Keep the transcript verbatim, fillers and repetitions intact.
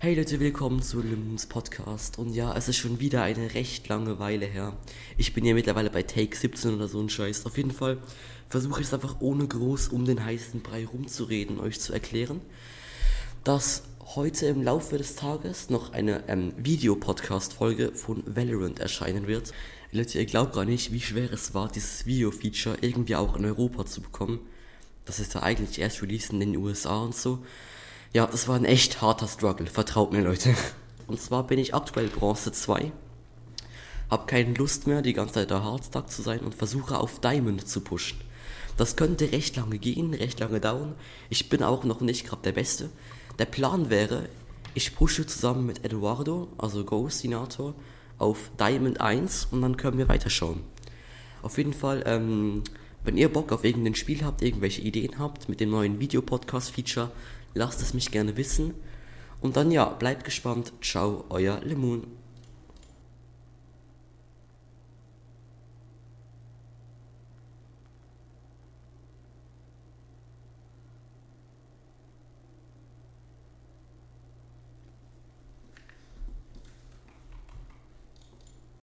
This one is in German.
Hey Leute, willkommen zu Lims Podcast. Und ja, es ist schon wieder eine recht lange Weile her. Ich bin ja mittlerweile bei Take siebzehn oder so ein Scheiß. Auf jeden Fall versuche ich es einfach ohne groß um den heißen Brei rumzureden, euch zu erklären, dass heute im Laufe des Tages noch eine ähm, Videopodcast-Folge von Valorant erscheinen wird. Leute, ihr glaubt gar nicht, wie schwer es war, dieses Video-Feature irgendwie auch in Europa zu bekommen. Das ist ja eigentlich erst released in den U S A und so. Ja, das war ein echt harter Struggle, vertraut mir Leute. Und zwar bin ich aktuell Bronze zwei, hab keine Lust mehr, die ganze Zeit da Hardstack zu sein und versuche auf Diamond zu pushen. Das könnte recht lange gehen, recht lange dauern. Ich bin auch noch nicht gerade der Beste. Der Plan wäre, ich pushe zusammen mit Eduardo, also Ghost Senator, auf Diamond eins und dann können wir weiterschauen. Auf jeden Fall, ähm, wenn ihr Bock auf irgendein Spiel habt, irgendwelche Ideen habt mit dem neuen Videopodcast-Feature, lasst es mich gerne wissen. Und dann ja, bleibt gespannt. Ciao, euer Lemon.